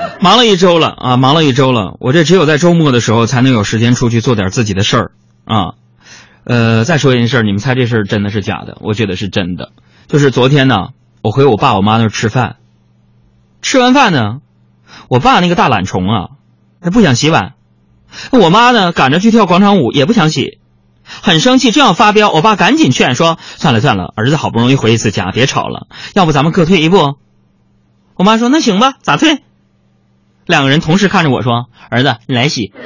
忙了一周了啊，忙了一周了，我这只有在周末的时候才能有时间出去做点自己的事儿啊。再说一件事儿，你们猜这事儿真的是假的？我觉得是真的。就是昨天呢，我回我爸我妈那儿吃饭，吃完饭呢，我爸那个大懒虫啊，他不想洗碗，我妈呢赶着去跳广场舞也不想洗，很生气，正要发飙，我爸赶紧劝说：算了算了，儿子好不容易回一次家，别吵了，要不咱们各退一步。我妈说：那行吧，咋退？两个人同时看着我说：儿子你来洗。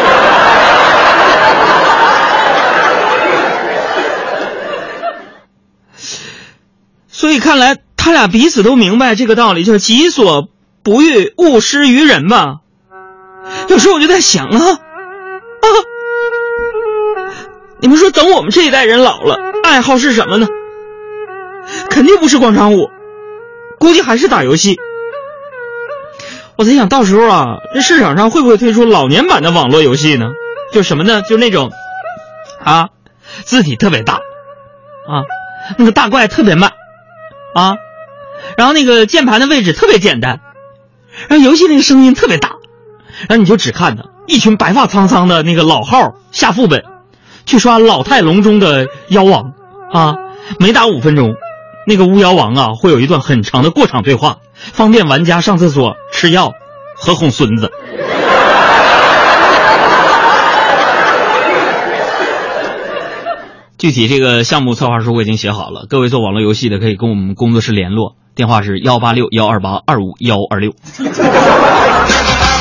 所以看来他俩彼此都明白这个道理，就是己所不欲，勿施于人吧。有时候我就在想你们说等我们这一代人老了，爱好是什么呢？肯定不是广场舞，估计还是打游戏。我在想到时候啊，这市场上会不会推出老年版的网络游戏呢？就什么呢？就那种字体特别大那个大怪特别慢然后那个键盘的位置特别简单，然后游戏那个声音特别大，然后你就只看着一群白发苍苍的那个老号下副本去刷老态龙钟的妖王每打5分钟，那个巫妖王会有一段很长的过场对话，方便玩家上厕所、吃药和哄孙子。具体这个项目策划书我已经写好了，各位做网络游戏的可以跟我们工作室联络，电话是186-128-25126。